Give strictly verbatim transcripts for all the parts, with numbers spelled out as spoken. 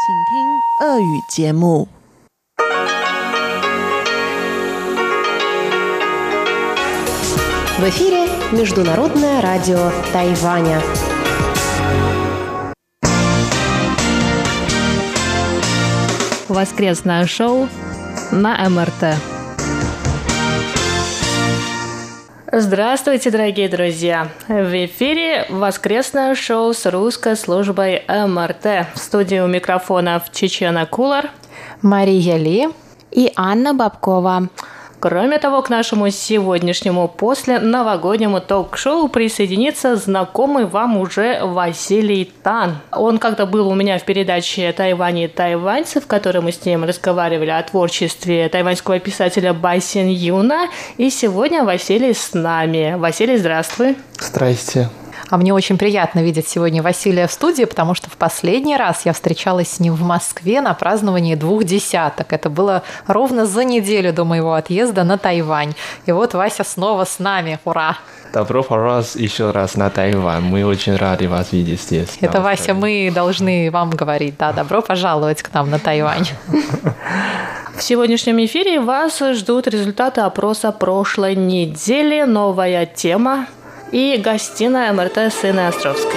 В эфире Международное радио Тайваня. Воскресное шоу на эм эр тэ. Здравствуйте, дорогие друзья! В эфире воскресное шоу с русской службой эм эр тэ. В студии у микрофонов Чечена Кулар, Мария Ли и Анна Бабкова. Кроме того, к нашему сегодняшнему после новогоднему ток-шоу присоединится знакомый вам уже Василий Тан. Он как-то был у меня в передаче «Тайвань и тайваньцы», в которой мы с ним разговаривали о творчестве тайваньского писателя Бай Син Юна. И сегодня Василий с нами. Василий, здравствуй. Здрасте. А мне очень приятно видеть сегодня Василия в студии, потому что в последний раз я встречалась с ним в Москве на праздновании двух десяток. Это было ровно за неделю до моего отъезда на Тайвань. И вот Вася снова с нами. Ура! Добро пожаловать еще раз на Тайвань. Мы очень рады вас видеть здесь. Это, Вася, мы должны вам говорить. Да, добро пожаловать к нам на Тайвань. В сегодняшнем эфире вас ждут результаты опроса прошлой недели, новая тема и гостиная эм эр тэ с Инной Островской.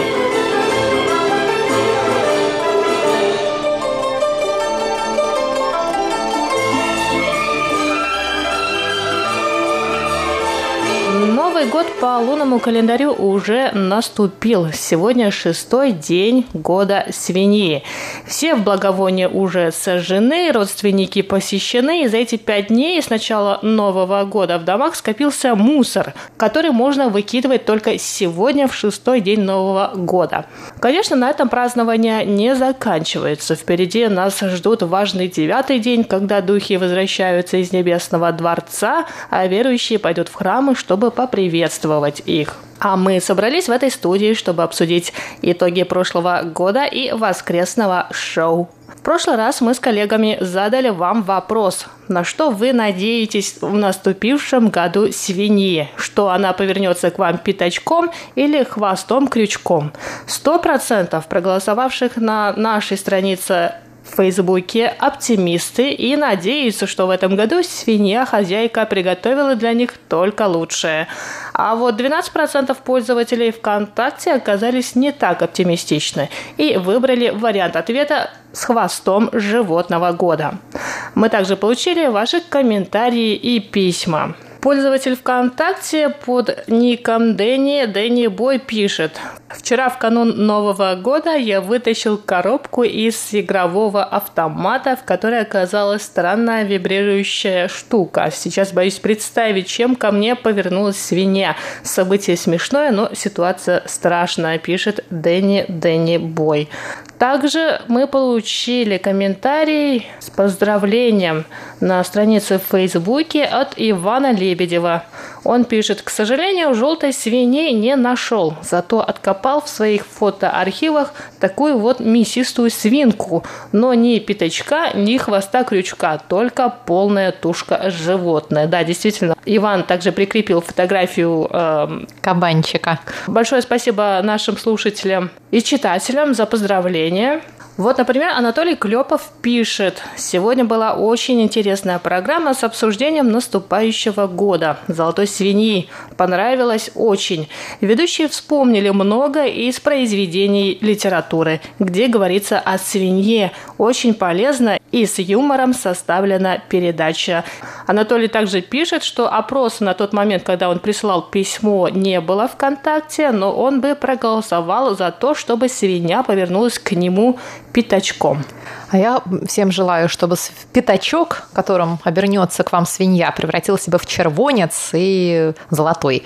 Новый год по лунному календарю уже наступил. Сегодня шестой день года свиньи. Все в благовонии уже сожжены, родственники посещены. И за эти пять дней с начала Нового года в домах скопился мусор, который можно выкидывать только сегодня, в шестой день Нового года. Конечно, на этом празднование не заканчивается. Впереди нас ждут важный девятый день, когда духи возвращаются из небесного дворца, а верующие пойдут в храмы, чтобы поприветствовать их. А мы собрались в этой студии, чтобы обсудить итоги прошлого года и воскресного шоу. В прошлый раз мы с коллегами задали вам вопрос, на что вы надеетесь в наступившем году свиньи, что она повернется к вам пятачком или хвостом-крючком. Сто процентов проголосовавших на нашей странице в Фейсбуке оптимисты и надеются, что в этом году свинья-хозяйка приготовила для них только лучшее. А вот двенадцать процентов пользователей ВКонтакте оказались не так оптимистичны и выбрали вариант ответа с хвостом животного года. Мы также получили ваши комментарии и письма. Пользователь ВКонтакте под ником Дэнни, Дэнни Бой пишет: «Вчера в канун Нового года я вытащил коробку из игрового автомата, в которой оказалась странная вибрирующая штука. Сейчас боюсь представить, чем ко мне повернулась свинья. Событие смешное, но ситуация страшная», пишет Дэнни, Дэнни Бой. Также мы получили комментарий с поздравлением на странице в Фейсбуке от Ивана Лебедева. Он пишет: «К сожалению, желтой свиньи не нашел, зато откопал в своих фотоархивах такую вот мясистую свинку, но ни пятачка, ни хвоста крючка, только полная тушка животное». Да, действительно, Иван также прикрепил фотографию э, кабанчика. Большое спасибо нашим слушателям и читателям за поздравления. Вот, например, Анатолий Клепов пишет: «Сегодня была очень интересная программа с обсуждением наступающего года. Золотой свиньи. Понравилось очень. Ведущие вспомнили много из произведений литературы, где говорится о свинье. Очень полезно и с юмором составлена передача». Анатолий также пишет, что опроса на тот момент, когда он прислал письмо, не было ВКонтакте, но он бы проголосовал за то, чтобы свинья повернулась к нему пятачком. А я всем желаю, чтобы пятачок, которым обернется к вам свинья, превратился бы в червонец и золотой,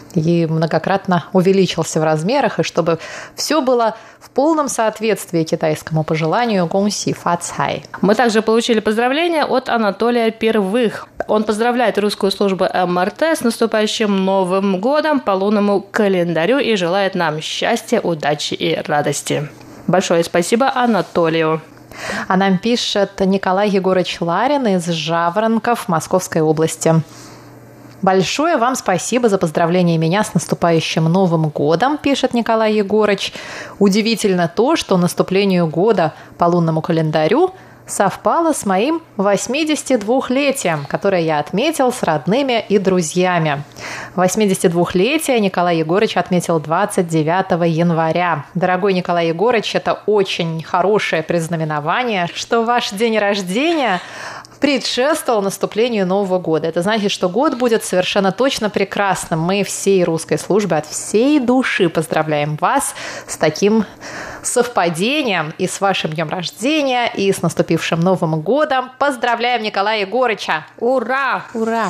и многократно увеличился в размерах, и чтобы все было в полном соответствии китайскому пожеланию «Гong Xi Fa Cai». Мы также получили поздравления от Анатолия Первых. Он поздравляет русскую службу эм эр тэ с наступающим Новым годом по лунному календарю и желает нам счастья, удачи и радости. Большое спасибо Анатолию. А нам пишет Николай Егорович Ларин из Жаворонков Московской области. Большое вам спасибо за поздравление меня с наступающим Новым годом, пишет Николай Егорыч. Удивительно то, что наступлению года по лунному календарю совпало с моим восьмидесятидвухлетием, которое я отметил с родными и друзьями. восьмидесятидвухлетие Николай Егорыч отметил двадцать девятого января. Дорогой Николай Егорыч, это очень хорошее предзнаменование, что ваш день рождения предшествовал наступлению Нового года. Это значит, что год будет совершенно точно прекрасным. Мы всей русской службы от всей души поздравляем вас с таким совпадением и с вашим днем рождения, и с наступившим Новым годом. Поздравляем Николая Егорыча! Ура! Ура!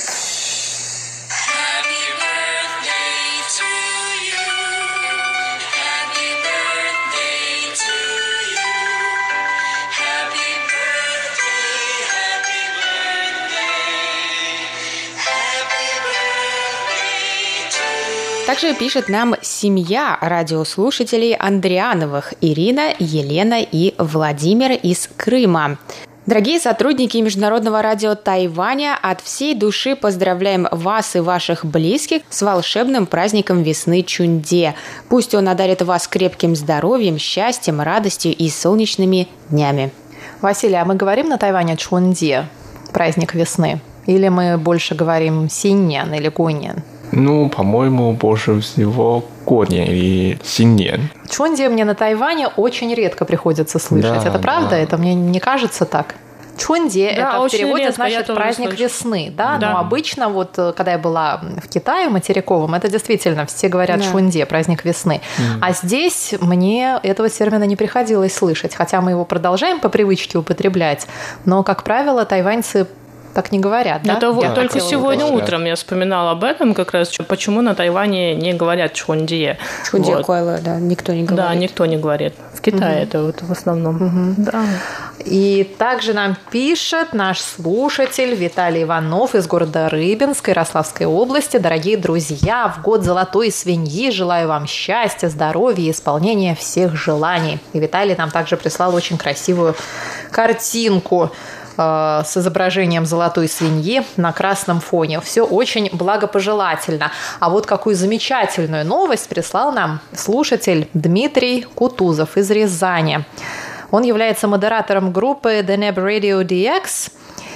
Также пишет нам семья радиослушателей Андриановых: Ирина, Елена и Владимир из Крыма. Дорогие сотрудники Международного радио Тайваня, от всей души поздравляем вас и ваших близких с волшебным праздником весны Чунде. Пусть он одарит вас крепким здоровьем, счастьем, радостью и солнечными днями. Василий, а мы говорим на Тайване Чунде, праздник весны? Или мы больше говорим Синьян или Гуньян? Ну, по-моему, больше всего Гуниан или Синьян. Чунде мне на Тайване очень редко приходится слышать. Да, это правда? да. Это мне не кажется так? Чунде, да, это в переводе редко, значит праздник слышу. весны, да? Да. Но обычно вот, когда я была в Китае материковом, это действительно все говорят Да. Чунде, праздник весны. Mm. А здесь мне этого термина не приходилось слышать, хотя мы его продолжаем по привычке употреблять, но, как правило, тайваньцы так не говорят, да? Это вот Я только сегодня сказать. утром я вспоминала об этом как раз, почему на Тайване не говорят чунде. Чунде Вот. Койла, да, никто не говорит. Да, никто не говорит. В Китае Мгм. это вот в основном. Мгм. Да. И также нам пишет наш слушатель Виталий Иванов из города Рыбинск, Ярославской области. Дорогие друзья, в год золотой свиньи желаю вам счастья, здоровья и исполнения всех желаний. И Виталий нам также прислал очень красивую картинку э, с изображением золотой свиньи на красном фоне. Все очень благопожелательно. А вот какую замечательную новость прислал нам слушатель Дмитрий Кутузов из Рязани. Он является модератором группы The Neb Radio ди экс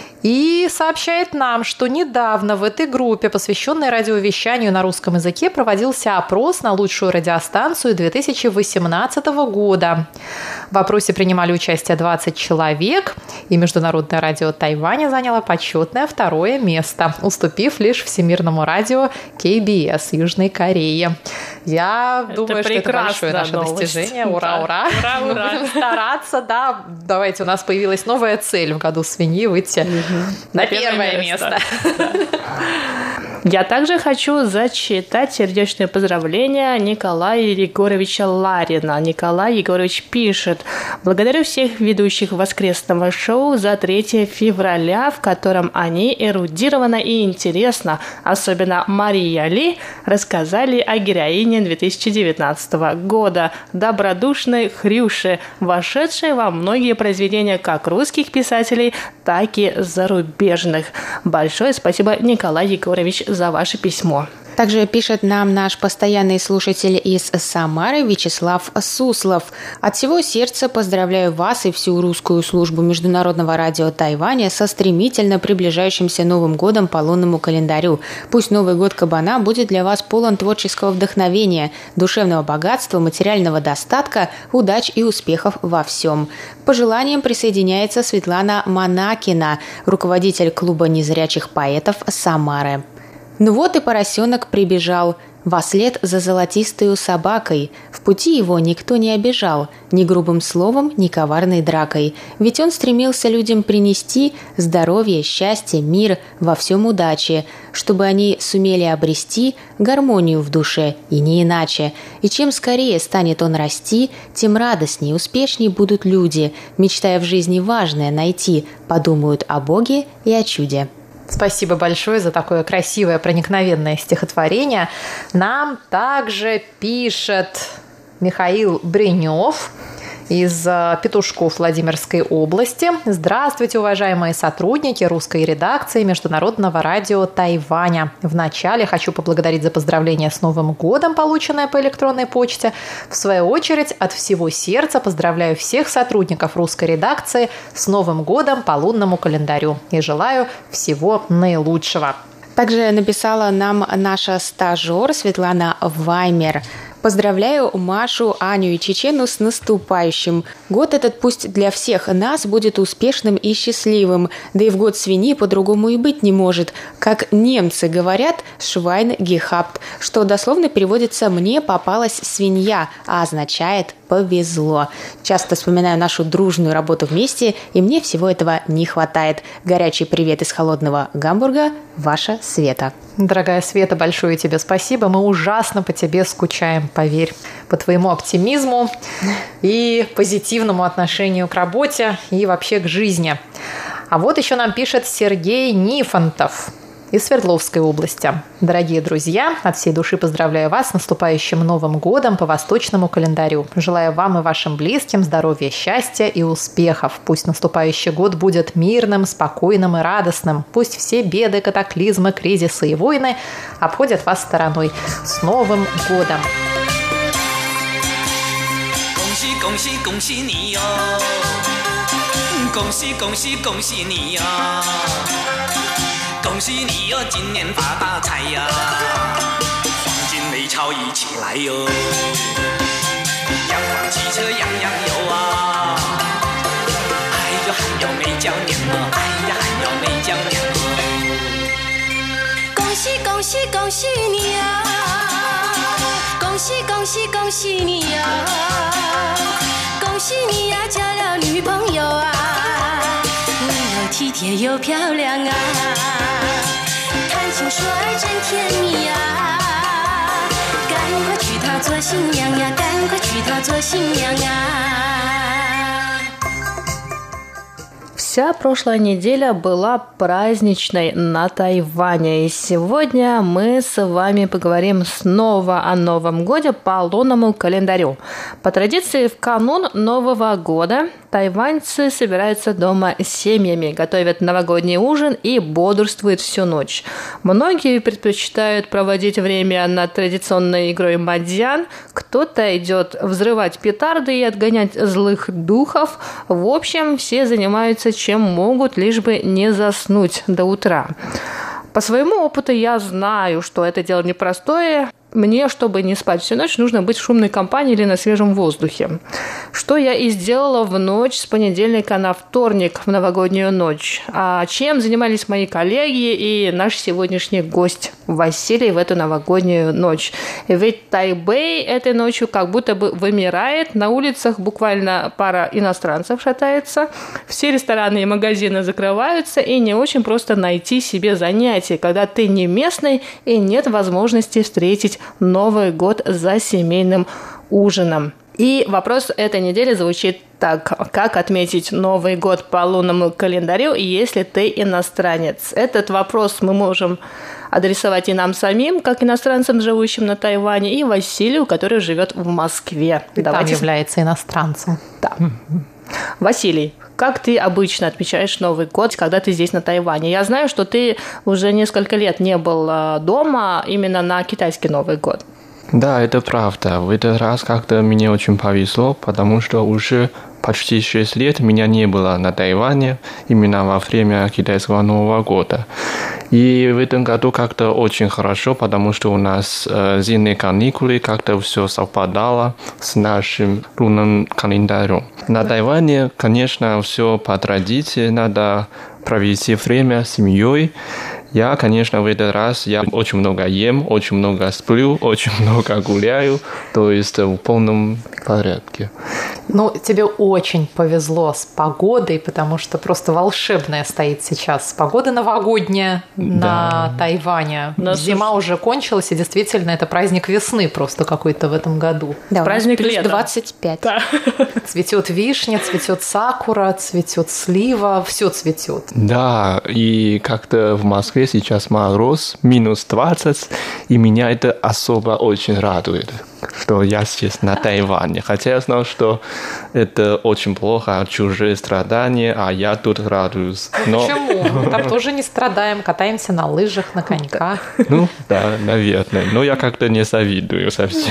и сообщает нам, что недавно в этой группе, посвященной радиовещанию на русском языке, проводился опрос на лучшую радиостанцию две тысячи восемнадцатого года. В опросе принимали участие двадцать человек, и Международное радио Тайваня заняло почетное второе место, уступив лишь Всемирному радио кей би эс Южной Кореи. Я Это думаю, что это большое наше новость. достижение. Ура, Да. ура! Ура, Мы ура. будем стараться, да. Давайте, у нас появилась новая цель в году свиньи выйти на первое место. Я также хочу зачитать сердечное поздравление Николая Егоровича Ларина. Николай Егорович пишет: «Благодарю всех ведущих воскресного шоу за третьего февраля, в котором они эрудированно и интересно, особенно Мария Ли, рассказали о героине две тысячи девятнадцатого года, добродушной Хрюше, вошедшей во многие произведения как русских писателей, так и зарубежных». Большое спасибо, Николай Егорович, за ваше письмо. Также пишет нам наш постоянный слушатель из Самары Вячеслав Суслов. От всего сердца поздравляю вас и всю русскую службу Международного радио Тайваня со стремительно приближающимся Новым годом по лунному календарю. Пусть Новый год кабана будет для вас полон творческого вдохновения, душевного богатства, материального достатка, удач и успехов во всем. К пожеланиям присоединяется Светлана Монакина, руководитель клуба незрячих поэтов Самары. Ну вот и поросенок прибежал, вослед за золотистою собакой. В пути его никто не обижал, ни грубым словом, ни коварной дракой. Ведь он стремился людям принести здоровье, счастье, мир, во всем удачи, чтобы они сумели обрести гармонию в душе, и не иначе. И чем скорее станет он расти, тем радостнее, успешнее будут люди, мечтая в жизни важное найти, подумают о Боге и о чуде. Спасибо большое за такое красивое, проникновенное стихотворение. Нам также пишет Михаил Бринев из Петушков Владимирской области. Здравствуйте, уважаемые сотрудники русской редакции Международного радио Тайваня. Вначале хочу поблагодарить за поздравления с Новым годом, полученное по электронной почте. В свою очередь, от всего сердца поздравляю всех сотрудников русской редакции с Новым годом по лунному календарю и желаю всего наилучшего. Также написала нам наша стажер Светлана Ваймер. Поздравляю Машу, Аню и Чечену с наступающим. Год этот пусть для всех нас будет успешным и счастливым. Да и в год свиньи по-другому и быть не может. Как немцы говорят, «Швайн гехапт», что дословно переводится «мне попалась свинья», а означает «повезло». Часто вспоминаю нашу дружную работу вместе, и мне всего этого не хватает. Горячий привет из холодного Гамбурга. Ваша Света. Дорогая Света, большое тебе спасибо. Мы ужасно по тебе скучаем, поверь, по твоему оптимизму и позитивному отношению к работе и вообще к жизни. А вот еще нам пишет Сергей Нифонтов из Свердловской области. Дорогие друзья, от всей души поздравляю вас с наступающим Новым годом по восточному календарю. Желаю вам и вашим близким здоровья, счастья и успехов. Пусть наступающий год будет мирным, спокойным и радостным. Пусть все беды, катаклизмы, кризисы и войны обходят вас стороной. С Новым годом! 恭喜你哟，今年发大财呀！黄金美钞一起来哟，阳光汽车样样有啊！哎呦，还有美娇娘哦，哎呀，还有美娇娘哦！ 恭喜恭喜恭喜你呀！恭喜恭喜恭喜你呀！恭喜你呀，交了女朋友啊！你又体贴又漂亮啊！谈情说爱真甜蜜呀！赶快娶她做新娘呀！赶快娶她做新娘啊！ Вся прошлая неделя была праздничной на Тайване, и сегодня мы с вами поговорим снова о Новом годе по лунному календарю. По традиции, в канун Нового года тайваньцы собираются дома с семьями, готовят новогодний ужин и бодрствуют всю ночь. Многие предпочитают проводить время над традиционной игрой мадьян, кто-то идет взрывать петарды и отгонять злых духов. В общем, все занимаются чем могут, лишь бы не заснуть до утра. По своему опыту я знаю, что это дело непростое. Мне, чтобы не спать всю ночь, нужно быть в шумной компании или на свежем воздухе. Что я и сделала в ночь с понедельника на вторник, в новогоднюю ночь. А чем занимались мои коллеги и наш сегодняшний гость Василий в эту новогоднюю ночь. Ведь Тайбэй этой ночью как будто бы вымирает. На улицах буквально пара иностранцев шатается. Все рестораны и магазины закрываются. И не очень просто найти себе занятие, когда ты не местный и нет возможности встретить Новый год за семейным ужином. И вопрос этой недели звучит так. Как отметить Новый год по лунному календарю, если ты иностранец? Этот вопрос мы можем адресовать и нам самим, как иностранцам, живущим на Тайване, и Василию, который живет в Москве. И Давайте... там является иностранцем. Да. Василий, как ты обычно отмечаешь Новый год, когда ты здесь на Тайване? Я знаю, что ты уже несколько лет не был дома именно на китайский Новый год. Да, это правда. В этот раз как-то мне очень повезло, потому что уже почти шесть лет меня не было на Тайване именно во время китайского Нового года. И в этом году как-то очень хорошо, потому что у нас э, зимние каникулы, как-то все совпадало с нашим лунным календарем. На Тайване, конечно, все по традиции, надо провести время с семьей. Я, конечно, в этот раз я очень много ем, очень много сплю, очень много гуляю, то есть в полном порядке. Ну, тебе очень повезло с погодой, потому что просто волшебная стоит сейчас погода новогодняя да. на Тайване. Но Зима слушай... уже кончилась, и действительно это праздник весны просто какой-то в этом году. Да, праздник плюс лета. двадцать пять. Да. Цветет вишня, цветет сакура, цветет слива, все цветет. Да, и как-то в Москве Москве сейчас мороз, минус двадцать, и меня это особо очень радует, что я здесь на Тайване. Хотя я знал, что это очень плохо, чужие страдания, а я тут радуюсь. Но... Почему? Мы там тоже не страдаем, катаемся на лыжах, на коньках. Ну, да, наверное. Но я как-то не завидую совсем.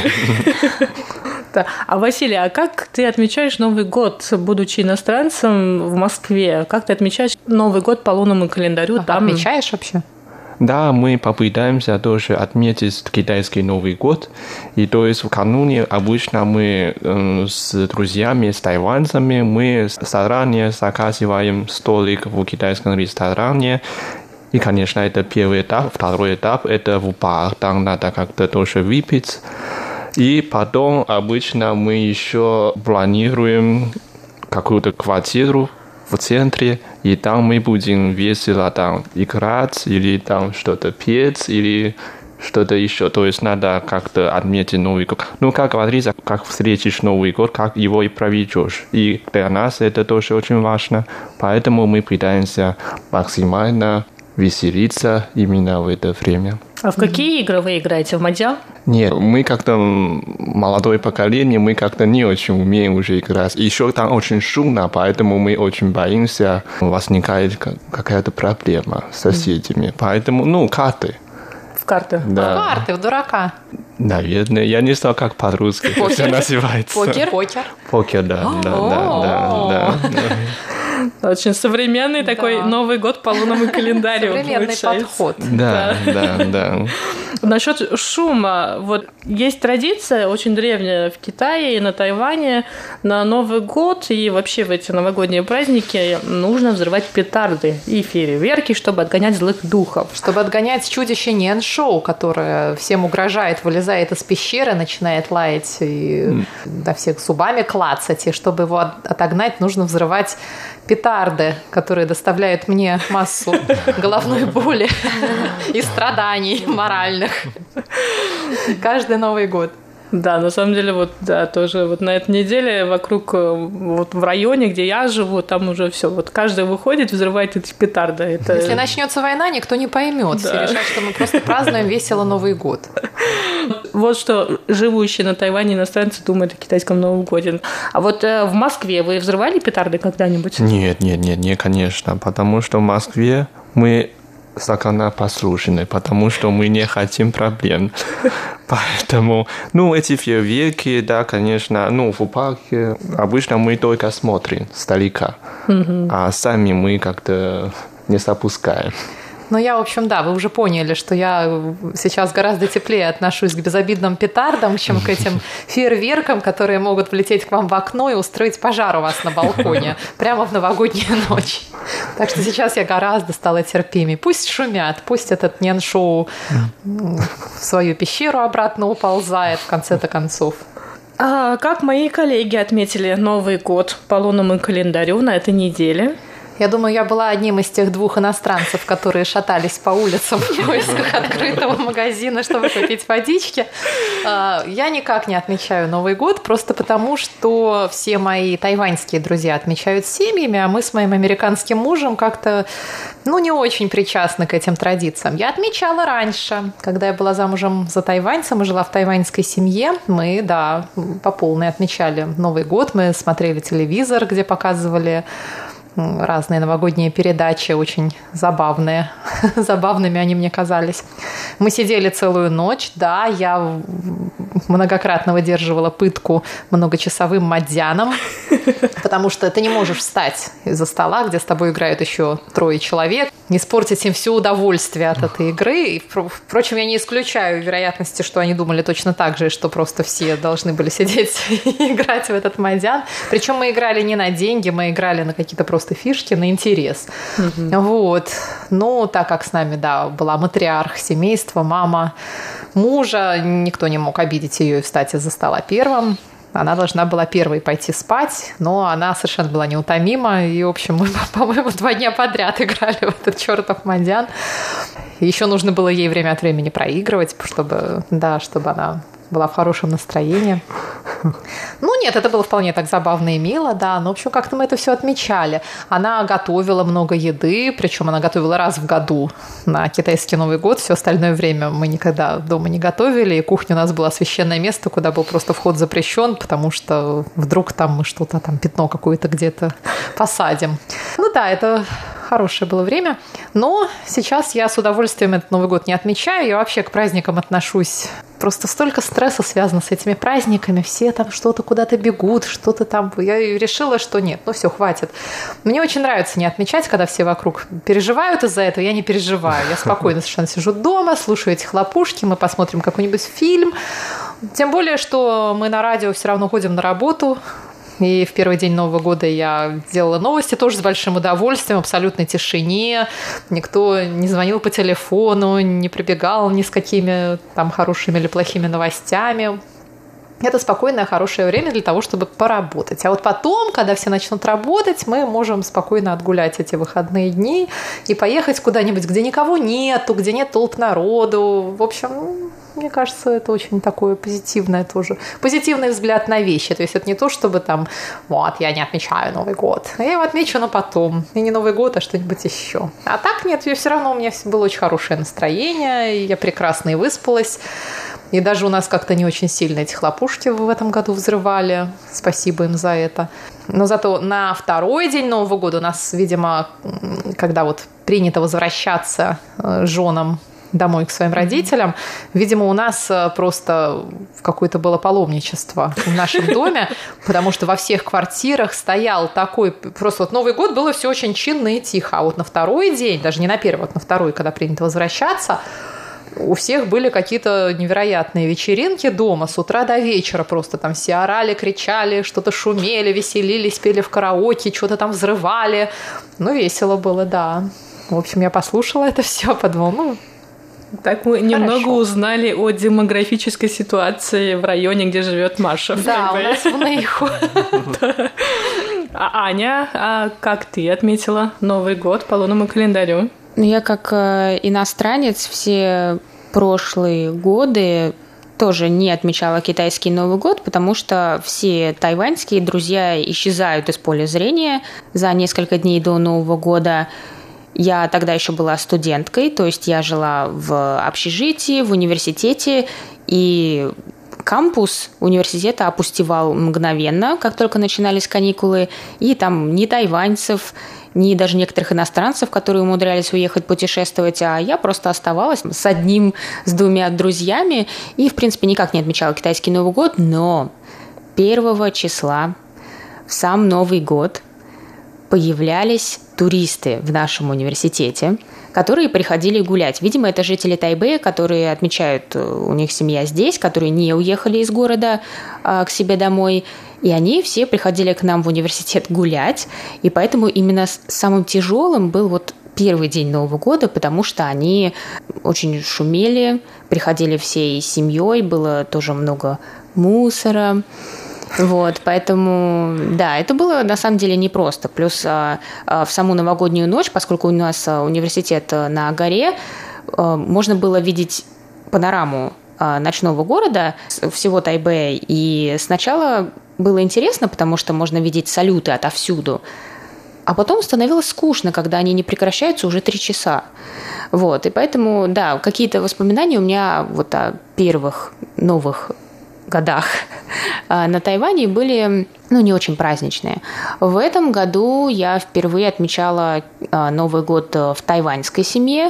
А, Василий, а как ты отмечаешь Новый год, будучи иностранцем в Москве? Как ты отмечаешь Новый год по лунному календарю? А там... Отмечаешь вообще? Да, мы попытаемся тоже отметить китайский Новый год. И то есть накануне обычно мы э, с друзьями, с тайваньцами, мы заранее заказываем столик в китайском ресторане. И, конечно, это первый этап. Второй этап – это в бар. Там надо как-то тоже выпить. И потом обычно мы еще планируем какую-то квартиру в центре, и там мы будем весело там играть, или там что-то петь, или что-то еще. То есть надо как-то отметить Новый год. Ну, как говорится, как встретишь Новый год, как его и проведешь. И для нас это тоже очень важно. Поэтому мы пытаемся максимально веселиться именно в это время. А в какие игры вы играете? В мадьяр? Нет, мы как-то молодое поколение, мы как-то не очень умеем уже играть. Еще там очень шумно, поэтому мы очень боимся, возникает какая-то проблема с соседями. Поэтому, ну, карты. В карты? Да. В карты, в дурака. Наверное, я не знаю, как по-русски это называется. Покер? Покер. Покер, да, да, да, да, да. Очень современный да. такой Новый год по лунному календарю. Современный получается. подход. Да, да, да. Насчет шума. Вот есть традиция очень древняя в Китае и на Тайване. На Новый год и вообще в эти новогодние праздники нужно взрывать петарды и фейерверки, чтобы отгонять злых духов. Чтобы отгонять чудище Ньян-Шоу, которое всем угрожает, вылезает из пещеры, начинает лаять и до всех зубами клацать. И чтобы его отогнать, нужно взрывать петарды, которые доставляют мне массу головной боли и страданий моральных каждый Новый год. Да, на самом деле, вот, да, тоже вот на этой неделе вокруг, вот в районе, где я живу, там уже все, вот каждый выходит, взрывает эти петарды. Это... Если начнется война, никто не поймет. Да. Все решат, что мы просто празднуем весело Новый год. Вот что живущие на Тайване иностранцы думают о китайском Новом годе. А вот э, в Москве вы взрывали петарды когда-нибудь? Нет, нет, нет, не, конечно, потому что в Москве мы законопослушны, потому что мы не хотим проблем. Поэтому, ну, эти фейерверки, да, конечно, ну, в парке обычно мы только смотрим сдалека, mm-hmm. а сами мы как-то не запускаем. Ну, я, в общем, да, вы уже поняли, что я сейчас гораздо теплее отношусь к безобидным петардам, чем к этим фейерверкам, которые могут влететь к вам в окно и устроить пожар у вас на балконе прямо в новогоднюю ночь. Так что сейчас я гораздо стала терпимее. Пусть шумят, пусть этот Ньян-Шоу в свою пещеру обратно уползает в конце-то концов. А как мои коллеги отметили Новый год по лунному календарю на этой неделе? Я думаю, я была одним из тех двух иностранцев, которые шатались по улицам в поисках открытого магазина, чтобы купить водички. Я никак не отмечаю Новый год, просто потому, что все мои тайваньские друзья отмечают семьями, а мы с моим американским мужем как-то, ну, не очень причастны к этим традициям. Я отмечала раньше, когда я была замужем за тайваньцем и жила в тайваньской семье. Мы, да, по полной отмечали Новый год, мы смотрели телевизор, где показывали разные новогодние передачи, очень забавные. Забавными они мне казались. Мы сидели целую ночь. Да, я многократно выдерживала пытку многочасовым мадьяном, потому что ты не можешь встать из-за стола, где с тобой играют еще трое человек, не испортить им все удовольствие от этой игры. И, впрочем, я не исключаю вероятности, что они думали точно так же, что просто все должны были сидеть и играть в этот мадьян. Причем мы играли не на деньги, мы играли на какие-то просто фишки, на интерес. Mm-hmm. Вот. Ну, так как с нами, да, была матриарх семейства, мама мужа, никто не мог обидеть ее и встать из-за стола первым. Она должна была первой пойти спать, но она совершенно была неутомима. И, в общем, мы, по-моему, два дня подряд играли в этот чертов мадьян. Еще нужно было ей время от времени проигрывать, чтобы, да, чтобы она была в хорошем настроении. Ну, нет, это было вполне так забавно и мило, да. Но, в общем, как-то мы это все отмечали. Она готовила много еды, причем она готовила раз в году на китайский Новый год. Все остальное время мы никогда дома не готовили. И кухня у нас была священное место, куда был просто вход запрещен, потому что вдруг там мы что-то, там пятно какое-то где-то посадим. Ну да, это хорошее было время. Но сейчас я с удовольствием этот Новый год не отмечаю. Я вообще к праздникам отношусь. Просто столько стресса связано с этими праздниками. Все там что-то куда-то бегут, что-то там. Я решила, что нет, ну все, хватит. Мне очень нравится не отмечать, когда все вокруг переживают из-за этого. Я не переживаю. Я спокойно совершенно сижу дома, слушаю эти хлопушки, мы посмотрим какой-нибудь фильм. Тем более, что мы на радио все равно ходим на работу. И в первый день Нового года я делала новости тоже с большим удовольствием, в абсолютной тишине. Никто не звонил по телефону, не прибегал ни с какими там хорошими или плохими новостями. Это спокойное, хорошее время для того, чтобы поработать. А вот потом, когда все начнут работать, мы можем спокойно отгулять эти выходные дни и поехать куда-нибудь, где никого нету, где нет толп народу. В общем, мне кажется, это очень такое позитивное тоже. Позитивный взгляд на вещи. То есть это не то, чтобы там, вот, я не отмечаю Новый год. Я его отмечу, но потом. И не Новый год, а что-нибудь еще. А так нет, все равно у меня было очень хорошее настроение, и я прекрасно и выспалась. И даже у нас как-то не очень сильно эти хлопушки в этом году взрывали. Спасибо им за это. Но зато на второй день Нового года у нас, видимо, когда вот принято возвращаться женам домой к своим родителям, видимо, у нас просто какое-то было паломничество в нашем доме, потому что во всех квартирах стоял такой... Просто вот Новый год было все очень чинно и тихо. А вот на второй день, даже не на первый, вот на второй, когда принято возвращаться, у всех были какие-то невероятные вечеринки дома с утра до вечера. Просто там все орали, кричали, что-то шумели, веселились, пели в караоке, что-то там взрывали. Ну, весело было, да. В общем, я послушала это все, подумала, ну... Так мы Хорошо. Немного узнали о демографической ситуации в районе, где живет Маша. Да, у нас в Нэйху. А Аня, а как ты отметила Новый год по лунному календарю? Ну, я как э, иностранец все прошлые годы тоже не отмечала китайский Новый год, потому что все тайваньские друзья исчезают из поля зрения за несколько дней до Нового года. Я тогда еще была студенткой, то есть я жила в общежитии, в университете, и кампус университета опустевал мгновенно, как только начинались каникулы, и там ни тайваньцев, ни даже некоторых иностранцев, которые умудрялись уехать путешествовать, а я просто оставалась с одним, с двумя друзьями и, в принципе, никак не отмечала китайский Новый год, но первого числа в сам Новый год появлялись туристы в нашем университете, которые приходили гулять. Видимо, это жители Тайбэя, которые отмечают, у них семья здесь, которые не уехали из города а, к себе домой. И они все приходили к нам в университет гулять. И поэтому именно самым тяжелым был вот первый день Нового года, потому что они очень шумели, приходили всей семьей, было тоже много мусора. Вот, поэтому, да, это было на самом деле непросто. Плюс а, а, в саму новогоднюю ночь, поскольку у нас а, университет на горе, а, можно было видеть панораму а, ночного города, всего Тайбэя. И сначала было интересно, потому что можно видеть салюты отовсюду. А потом становилось скучно, когда они не прекращаются уже три часа. Вот, и поэтому, да, какие-то воспоминания у меня вот о первых новых годах на Тайване были, ну, не очень праздничные. В этом году я впервые отмечала Новый год в тайваньской семье,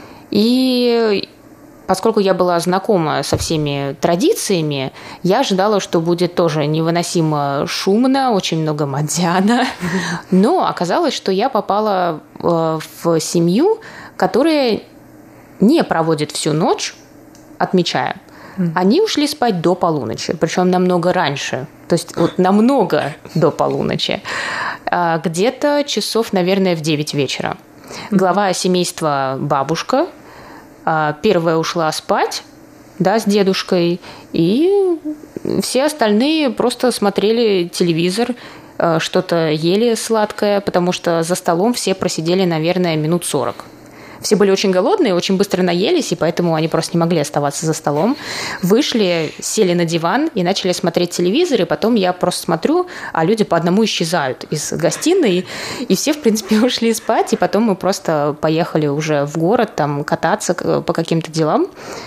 и поскольку я была знакома со всеми традициями, я ожидала, что будет тоже невыносимо шумно, очень много мадзяна, но оказалось, что я попала в семью, которая не проводит всю ночь, отмечая. Они ушли спать до полуночи, причем намного раньше, то есть вот намного до полуночи, где-то часов, наверное, в девять вечера. Глава семейства бабушка первая ушла спать, да, с дедушкой, и все остальные просто смотрели телевизор, что-то ели сладкое, потому что за столом все просидели, наверное, минут сорок. Все были очень голодные, очень быстро наелись, и поэтому они просто не могли оставаться за столом. Вышли, сели на диван и начали смотреть телевизор, и потом я просто смотрю, а люди по одному исчезают из гостиной, и все, в принципе, ушли спать, и потом мы просто поехали уже в город там кататься по каким-то делам.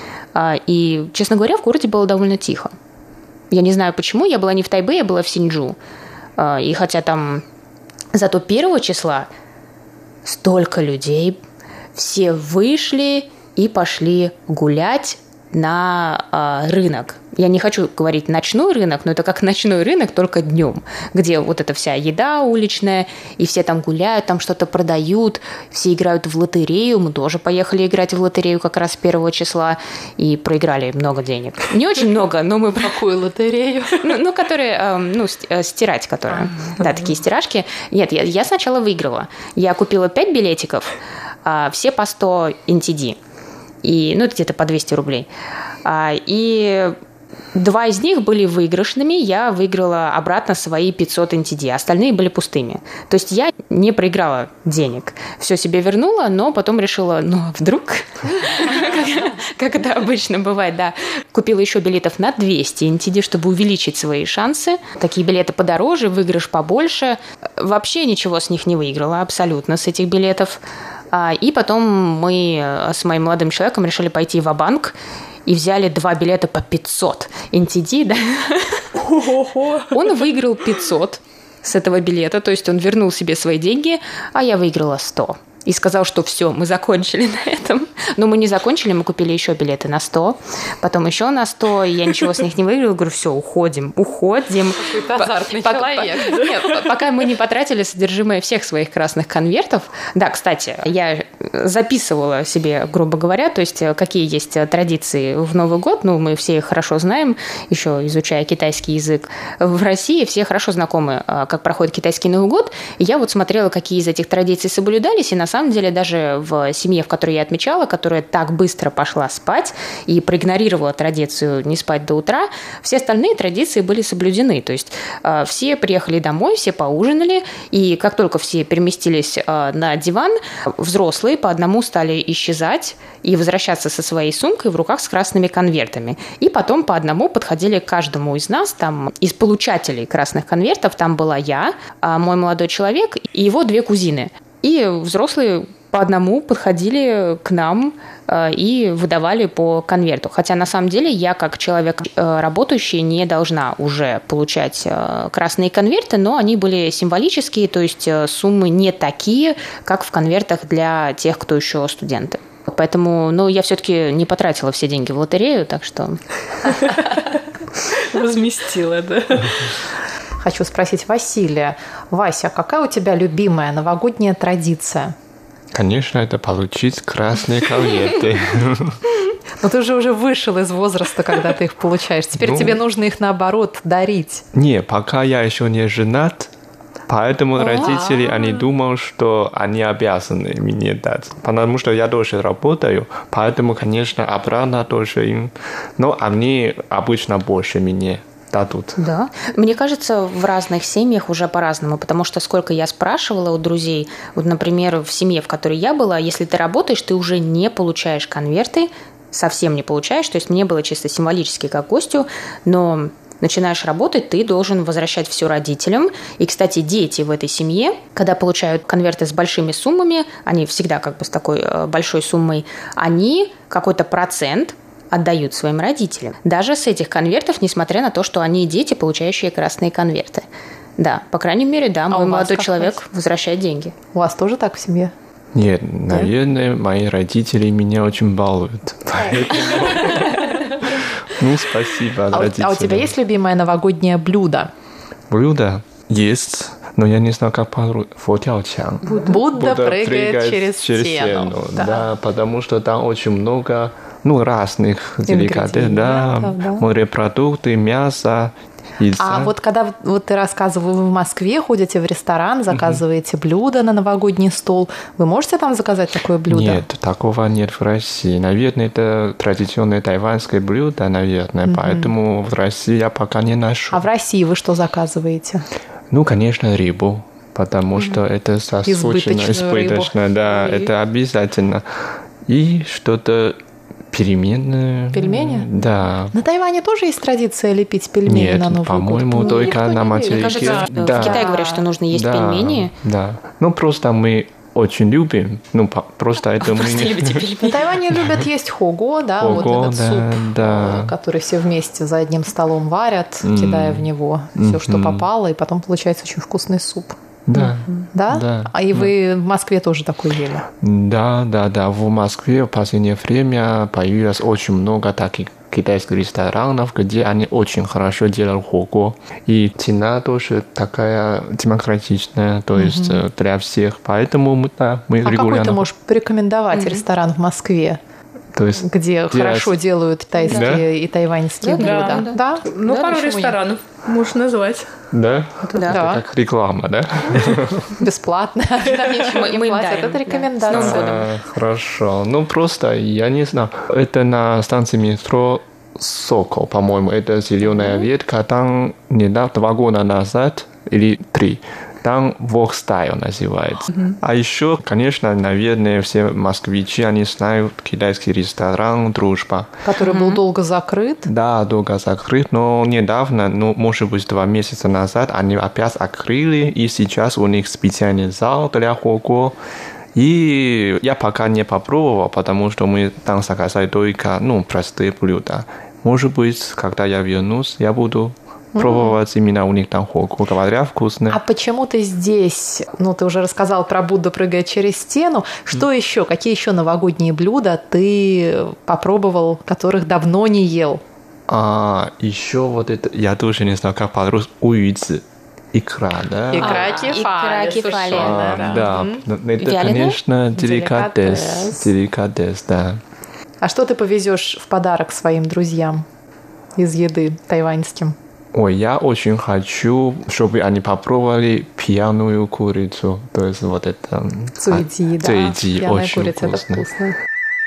И, честно говоря, в городе было довольно тихо. Я не знаю почему, я была не в Тайбе, я была в Синьчжу. И хотя там зато первого числа столько людей, все вышли и пошли гулять на э, рынок. Я не хочу говорить ночной рынок, но это как ночной рынок, только днем, где вот эта вся еда уличная, и все там гуляют, там что-то продают, все играют в лотерею. Мы тоже поехали играть в лотерею как раз первого числа и проиграли много денег. Не очень много, но мы... Какую лотерею? Ну, ну которые, ну, стирать, которые. Да, такие стиражки. Нет, я, я сначала выиграла. Я купила пять билетиков, все по сто эн ти ди. И, ну, это где-то по двести рублей. И два из них были выигрышными. Я выиграла обратно свои пятьсот эн ти ди. Остальные были пустыми. То есть я не проиграла денег. Все себе вернула, но потом решила, ну, вдруг, как это обычно бывает, да, купила еще билетов на двести эн ти ди, чтобы увеличить свои шансы. Такие билеты подороже, выигрыш побольше. Вообще ничего с них не выиграла, абсолютно, с этих билетов. И потом мы с моим молодым человеком решили пойти ва-банк и взяли два билета по пятьсот эн ти ди. Да? Он выиграл пятьсот с этого билета, то есть он вернул себе свои деньги, а я выиграла сто. И сказал, что все, мы закончили на этом. Но мы не закончили, мы купили еще билеты на сто, потом еще на сто, и я ничего с них не выиграла. Говорю, все, уходим, уходим. Какой-то азартный по- человек. По- по- нет, пока мы не потратили содержимое всех своих красных конвертов. Да, кстати, я записывала себе, грубо говоря, то есть какие есть традиции в Новый год. Ну, мы все их хорошо знаем, еще изучая китайский язык. В России все хорошо знакомы, как проходит китайский Новый год. И я вот смотрела, какие из этих традиций соблюдались, и на самом деле даже в семье, в которой я отмечала, которая так быстро пошла спать и проигнорировала традицию не спать до утра, все остальные традиции были соблюдены. То есть э, все приехали домой, все поужинали, и как только все переместились э, на диван, взрослые по одному стали исчезать и возвращаться со своей сумкой в руках с красными конвертами. И потом по одному подходили к каждому из нас, там, из получателей красных конвертов, там была я, мой молодой человек и его две кузины. И взрослые по одному подходили к нам и выдавали по конверту. Хотя на самом деле я, как человек работающий, не должна уже получать красные конверты, но они были символические, то есть суммы не такие, как в конвертах для тех, кто еще студенты. Поэтому, ну, я все-таки не потратила все деньги в лотерею, так что... Возместила, да. Хочу спросить Василия. Вася, какая у тебя любимая новогодняя традиция? Конечно, это получить красные конверты. Но ты же уже вышел из возраста, когда ты их получаешь. Теперь ну, тебе нужно их, наоборот, дарить. Не, пока я еще не женат, поэтому А-а-а. родители, они думают, что они обязаны мне дать. Потому что я тоже работаю, поэтому, конечно, обратно тоже им. Но они обычно больше меня дадут. Да. Мне кажется, в разных семьях уже по-разному, потому что сколько я спрашивала у друзей, вот, например, в семье, в которой я была, если ты работаешь, ты уже не получаешь конверты, совсем не получаешь, то есть мне было чисто символически как гостю, но начинаешь работать, ты должен возвращать все родителям. И, кстати, дети в этой семье, когда получают конверты с большими суммами, они всегда как бы с такой большой суммой, они какой-то процент отдают своим родителям. Даже с этих конвертов, несмотря на то, что они дети, получающие красные конверты. Да, по крайней мере, да, мой а молодой человек вас? возвращает деньги. У вас тоже так в семье? Нет, да? наверное, мои родители меня очень балуют. Ну, спасибо, родители. А у тебя есть любимое новогоднее блюдо? Блюдо есть. Но я не знаю, как по-русски. Фотяочан. Будда прыгает через стену. Да, потому что там очень много ну, разных деликатесов, да, да, морепродукты, мясо, яйца. А вот когда вот ты рассказывал, вы в Москве ходите в ресторан, заказываете угу. блюдо на новогодний стол, вы можете там заказать такое блюдо? Нет, такого нет в России. Наверное, это традиционное тайваньское блюдо, наверное, угу. поэтому в России я пока не нашел. А в России вы что заказываете? Ну, конечно, рыбу. потому что это сосущено, Избыточную избыточно, рыбу. да, И- это обязательно. И что-то переменное. Пельмени? Да. На Тайване тоже есть традиция лепить пельмени Нет, на Новый по-моему, год? только Никто не на любит. материке. Мне кажется, в Да. Китае говорят, что нужно есть Да, пельмени. Да. Ну, просто мы очень любим. Ну, по- просто это мы... Просто любите На пельмени. Тайване любят есть хого, да, Хого, вот этот да, суп, да. э, который все вместе за одним столом варят, М. кидая в него все, что Мгм. попало, и потом получается очень вкусный суп. Да. Да? Да, А и вы в Москве тоже такой ели? Да, да, да. В Москве в последнее время появилось очень много таких китайских ресторанов, где они очень хорошо делают хого. И цена тоже такая демократичная, то есть э, для всех. Поэтому мы, да, мы А какой регулярно... ты можешь порекомендовать ресторан в Москве, То есть, где где- хорошо делают тайские Да? и тайваньские Да, блюда? да. Ну, Да, пару почему нет? ресторанов можешь назвать. Да? Да. Да, Как реклама, да? бесплатно. Нам ничего Мы- не мы им платят. дарим, Это да. рекомендация. С Новым годом. А, хорошо. Ну, просто, я не знаю. Это на станции метро Сокол, по-моему. Это зеленая ветка. Там недавно, два года назад, или три, там Вокстайл называется. А еще, конечно, наверное, все москвичи, они знают китайский ресторан «Дружба». Который был долго закрыт. Да, долго закрыт, но недавно, ну, может быть, два месяца назад, они опять открыли, и сейчас у них специальный зал для хого. И я пока не попробовал, потому что мы там заказали только, ну, простые блюда. Может быть, когда я вернусь, я буду пробовать именно у них там хого. Говорят, вкусно. А почему ты здесь? Ну, ты уже рассказал про Будда прыгает через стену. Что еще? Какие еще новогодние блюда ты попробовал, которых давно не ел? А, еще вот это, я тоже не знаю, как по-русски, уюци. Икра, да? Икра А, кефали. икра кефали. сушеная, А, да, Мгм. ну, это, Вяленая? конечно, деликатес. Деликатес. Деликатес, да. А что ты повезешь в подарок своим друзьям из еды тайваньским? Ой, я очень хочу, чтобы они попробовали пьяную курицу. То есть вот это... м, Цуйди, а, да. цуйди, Пьяная очень курица, это вкусно. вкусно.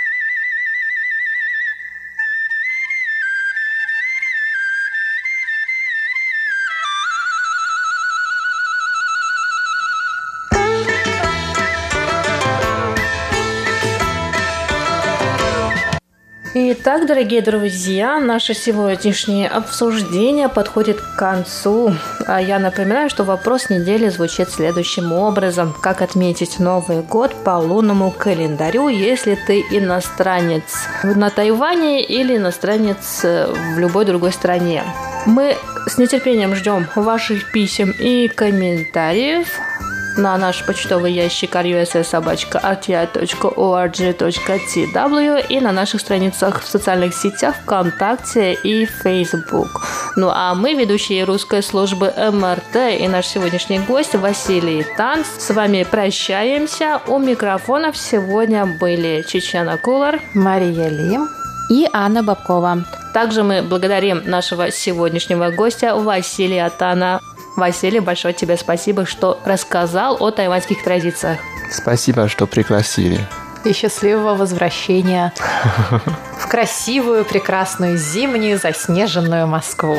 Итак, дорогие друзья, наше сегодняшнее обсуждение подходит к концу. А я напоминаю, что вопрос недели звучит следующим образом. Как отметить Новый год по лунному календарю, если ты иностранец на Тайване или иностранец в любой другой стране? Мы с нетерпением ждем ваших писем и комментариев на наш почтовый ящик ар ю эс эс собака ар ти ай точка орг точка ти дабл ю и на наших страницах в социальных сетях ВКонтакте и Facebook. Ну а мы, ведущие русской службы эм эр тэ, и наш сегодняшний гость Василий Тан, с вами прощаемся. У микрофонов сегодня были Чечена Кулар, Мария Ли. И Анна Бабкова. Также мы благодарим нашего сегодняшнего гостя Василия Тана. Василий, большое тебе спасибо, что рассказал о тайваньских традициях. Спасибо, что пригласили. И счастливого возвращения в красивую, прекрасную, зимнюю, заснеженную Москву.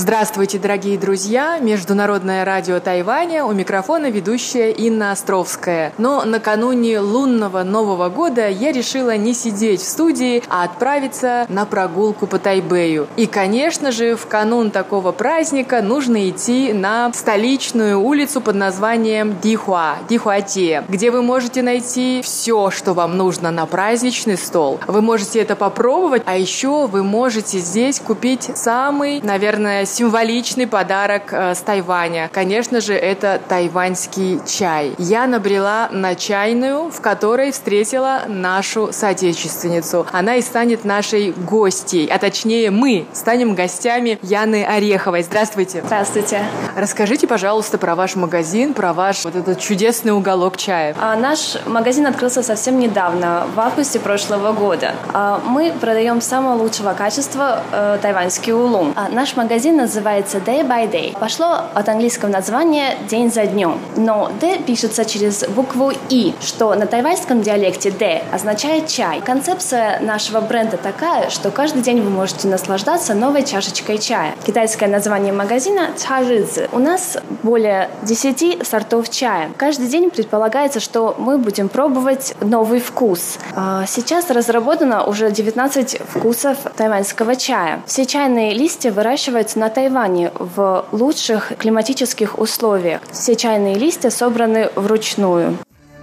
Здравствуйте, дорогие друзья! Международное радио Тайваня, у микрофона ведущая Инна Островская. Но накануне лунного Нового года я решила не сидеть в студии, а отправиться на прогулку по Тайбэю. И, конечно же, в канун такого праздника нужно идти на столичную улицу под названием Дихуа, Дихуате, где вы можете найти все, что вам нужно на праздничный стол. Вы можете это попробовать, а еще вы можете здесь купить самый, наверное, символичный подарок э, с Тайваня. Конечно же, это тайваньский чай. Я набрела на чайную, в которой встретила нашу соотечественницу. Она и станет нашей гостьей, а точнее мы станем гостями Яны Ореховой. Здравствуйте. Здравствуйте. Расскажите, пожалуйста, про ваш магазин, про ваш вот этот чудесный уголок чая. А, наш магазин открылся совсем недавно, в августе прошлого года. А, мы продаем самого лучшего качества э, тайваньский улун. А, наш магазин называется Day by Day. Пошло от английского названия «День за днем». Но «D» пишется через букву «И», что на тайваньском диалекте «D» означает «чай». Концепция нашего бренда такая, что каждый день вы можете наслаждаться новой чашечкой чая. Китайское название магазина «Чарыцзы». У нас более десяти сортов чая. Каждый день предполагается, что мы будем пробовать новый вкус. Сейчас разработано уже девятнадцать вкусов тайваньского чая. Все чайные листья выращиваются на Тайване в лучших климатических условиях. Все чайные листья собраны вручную.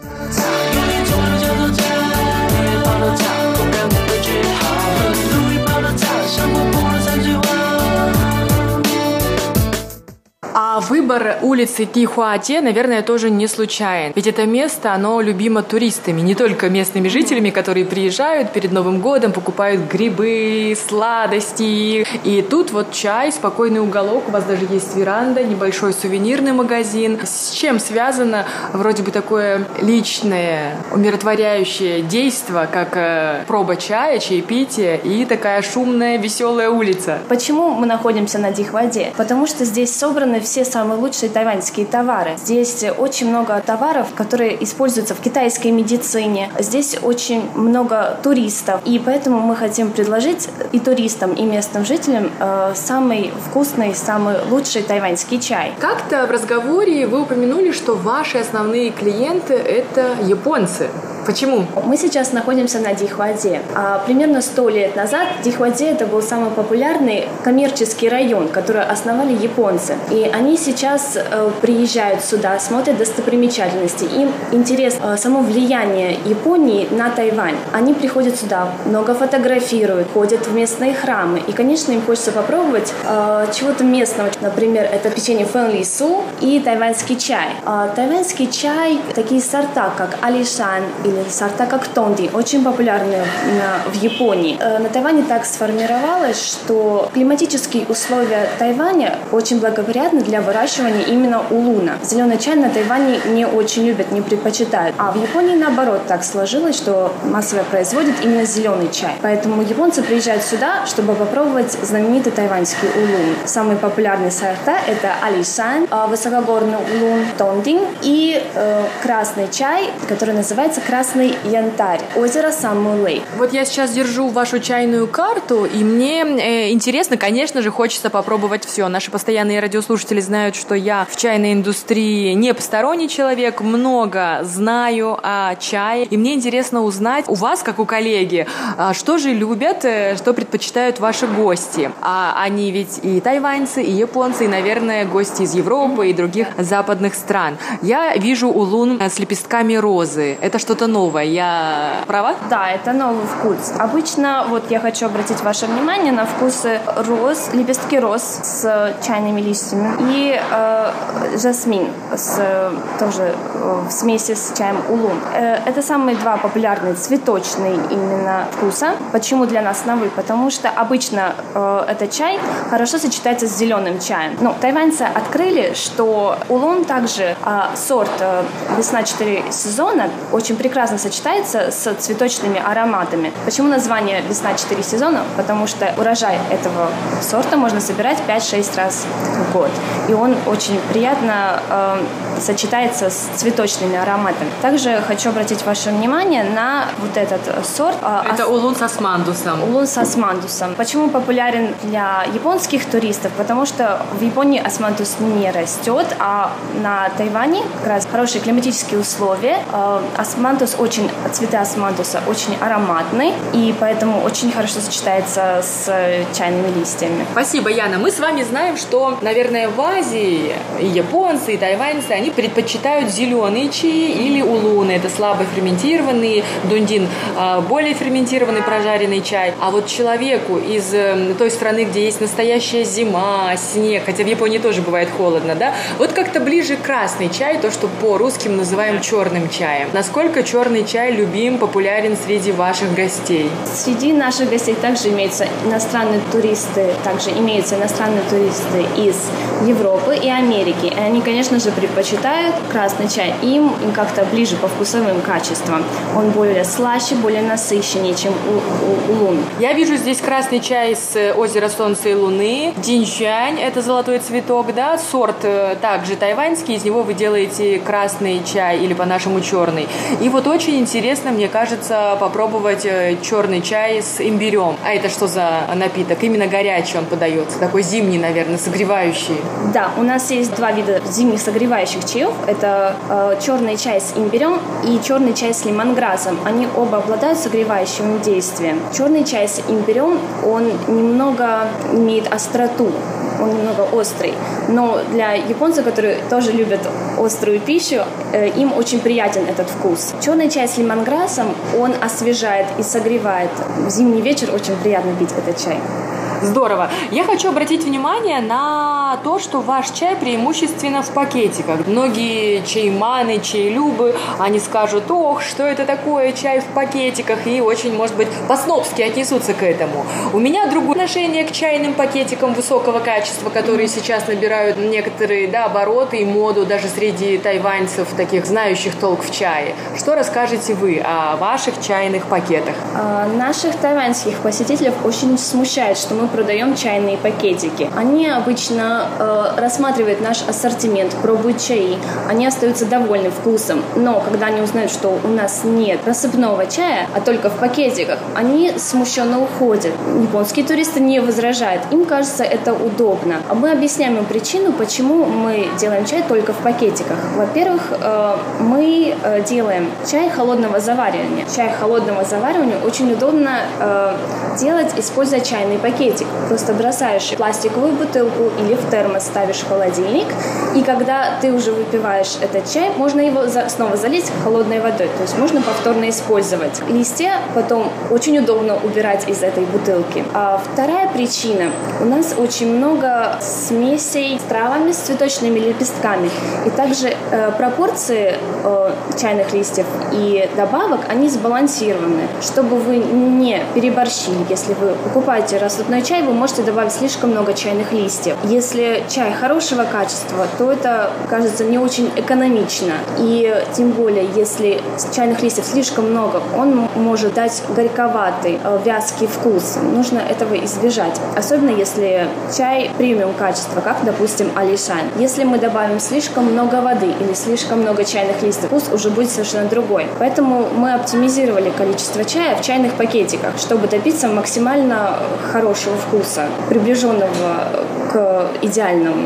А выбор улицы Дихуате, наверное, тоже не случайен. Ведь это место, оно любимо туристами, не только местными жителями, которые приезжают перед Новым годом, покупают грибы, сладости. И тут вот чай, спокойный уголок, у вас даже есть веранда, небольшой сувенирный магазин. С чем связано вроде бы такое личное, умиротворяющее действо, как проба чая, чаепитие и такая шумная, веселая улица? Почему мы находимся на Дихуате? Потому что здесь собраны все самые лучшие тайваньские товары. Здесь очень много товаров, которые используются в китайской медицине. Здесь очень много туристов. И поэтому мы хотим предложить и туристам, и местным жителям э, самый вкусный, самый лучший тайваньский чай. Как-то в разговоре вы упомянули, что ваши основные клиенты – это японцы. Почему? Мы сейчас находимся на Дихуате. А примерно сто лет назад Дихуате это был самый популярный коммерческий район, который основали японцы. И они сейчас э, приезжают сюда, смотрят достопримечательности. Им интересно э, само влияние Японии на Тайвань. Они приходят сюда, много фотографируют, ходят в местные храмы. И, конечно, им хочется попробовать э, чего-то местного. Например, это печенье фэн-ли-су и тайваньский чай. А тайваньский чай, такие сорта, как алишан или сорта как тонди, очень популярны в Японии. На Тайване так сформировалось, что климатические условия Тайваня очень благоприятны для выращивания именно улуна. Зеленый чай на Тайване не очень любят, не предпочитают. А в Японии наоборот так сложилось, что массово производят именно зеленый чай. Поэтому японцы приезжают сюда, чтобы попробовать знаменитый тайваньский улун. Самые популярные сорта это алишан, высокогорный улун тондин и э, красный чай, который называется красный Красный янтарь, озеро Самму-Лэй. Вот я сейчас держу вашу чайную карту, и мне э, интересно, конечно же, хочется попробовать все. Наши постоянные радиослушатели знают, что я в чайной индустрии не посторонний человек, много знаю о чае, и мне интересно узнать у вас, как у коллеги, что же любят, что предпочитают ваши гости. А они ведь и тайваньцы, и японцы, и, наверное, гости из Европы и других западных стран. Я вижу улун с лепестками розы. Это что-то новое. Я права? Да, это новый вкус. Обычно, вот я хочу обратить ваше внимание на вкусы роз, лепестки роз с чайными листьями и э, жасмин с, тоже э, в смеси с чаем улун. Э, это самые два популярные цветочные именно вкуса. Почему для нас новый? Потому что обычно э, этот чай хорошо сочетается с зеленым чаем. Но тайваньцы открыли, что улун также э, сорт э, весна четыре сезона очень прекрасно прекрасно сочетается с цветочными ароматами. Почему название «Весна четыре сезона»? Потому что урожай этого сорта можно собирать пять-шесть раз в год. И он очень приятно э, сочетается с цветочными ароматами. Также хочу обратить ваше внимание на вот этот сорт. Это улун с османдусом. Улун с османдусом. Почему популярен для японских туристов? Потому что в Японии османдус не растет, а на Тайване как раз хорошие климатические условия. Османдус очень, цветы османдуса очень ароматные, и поэтому очень хорошо сочетается с чайными листьями. Спасибо, Яна. Мы с вами знаем, что, наверное, в Азии и японцы, и тайваньцы, они предпочитают зеленые чаи или улуны. Это слабо ферментированный, дундин более ферментированный прожаренный чай. А вот человеку из той страны, где есть настоящая зима, снег, хотя в Японии тоже бывает холодно, да, вот как-то ближе красный чай, то, что по-русским называем черным чаем. Насколько черный чай любим, популярен среди ваших гостей? Среди наших гостей также имеются иностранные туристы, также имеются иностранные туристы из Европы и Америки. И они, конечно же, предпочитают красный чай. Им, им как-то ближе по вкусовым качествам. Он более слаще, более насыщеннее, чем у, у, улун. Я вижу здесь красный чай с озера Солнца и Луны. Диньчуань – это золотой цветок, да, сорт также тайваньский. Из него вы делаете красный чай или по-нашему черный. И вот очень интересно, мне кажется, попробовать черный чай с имбирем. А это что за напиток? Именно горячий он подается, такой зимний, наверное, согревающий. Да, у нас есть два вида зимних согревающих чаев. Это э, черный чай с имбирем и черный чай с лимонграссом. Они оба обладают согревающим действием. Черный чай с имбирем, он немного имеет остроту. Он немного острый. Но для японцев, которые тоже любят острую пищу, э, им очень приятен этот вкус. Черный чай с лимонграссом, он освежает и согревает. В зимний вечер очень приятно пить этот чай. Здорово. Я хочу обратить внимание на то, что ваш чай преимущественно в пакетиках. Многие чайманы, чайлюбы, они скажут: ох, что это такое, чай в пакетиках, и очень, может быть, по-снобски отнесутся к этому. У меня другое отношение к чайным пакетикам высокого качества, которые сейчас набирают некоторые, да, обороты и моду даже среди тайваньцев, таких знающих толк в чае. Что расскажете вы о ваших чайных пакетах? А, наших тайваньских посетителей очень смущает, что мы продаем чайные пакетики. Они обычно э, рассматривают наш ассортимент, пробуют чаи. Они остаются довольны вкусом. Но когда они узнают, что у нас нет рассыпного чая, а только в пакетиках, они смущенно уходят. Японские туристы не возражают. Им кажется это удобно. А мы объясняем им причину, почему мы делаем чай только в пакетиках. Во-первых, э, мы э, делаем чай холодного заваривания. Чай холодного заваривания очень удобно э, делать, используя чайный пакетик. Просто бросаешь в пластиковую бутылку или в термос ставишь в холодильник, и когда ты уже выпиваешь этот чай, можно его за, снова залить холодной водой, то есть можно повторно использовать. Листья потом очень удобно убирать из этой бутылки. А вторая причина. У нас очень много смесей с травами, с цветочными лепестками, и также э, пропорции э, чайных листьев и добавок, они сбалансированы, чтобы вы не переборщили. Если вы покупаете рассыпной чай, вы можете добавить слишком много чайных листьев. Если чай хорошего качества, то это кажется не очень экономично. И тем более, если чайных листьев слишком много, он может дать горьковатый, вязкий вкус. Нужно этого избежать. Особенно если чай премиум качества, как, допустим, Алишань. Если мы добавим слишком много воды или слишком много чайных листьев, вкус уже будет совершенно другой. Поэтому мы оптимизировали количество чая в чайных пакетиках, чтобы добиться максимально хорошего вкуса, приближенного к идеальному.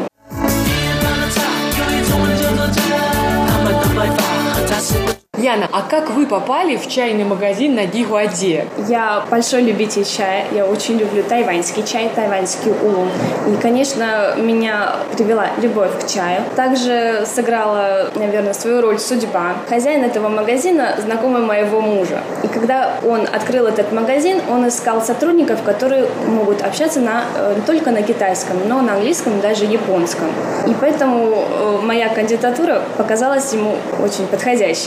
Яна, а как вы попали в чайный магазин на Дихуаде? Я большой любитель чая. Я очень люблю тайваньский чай, тайваньский улун. И, конечно, меня привела любовь к чаю. Также сыграла, наверное, свою роль судьба. Хозяин этого магазина знакомый моего мужа. И когда он открыл этот магазин, он искал сотрудников, которые могут общаться на, не только на китайском, но на английском, даже японском. И поэтому моя кандидатура показалась ему очень подходящей. Потому что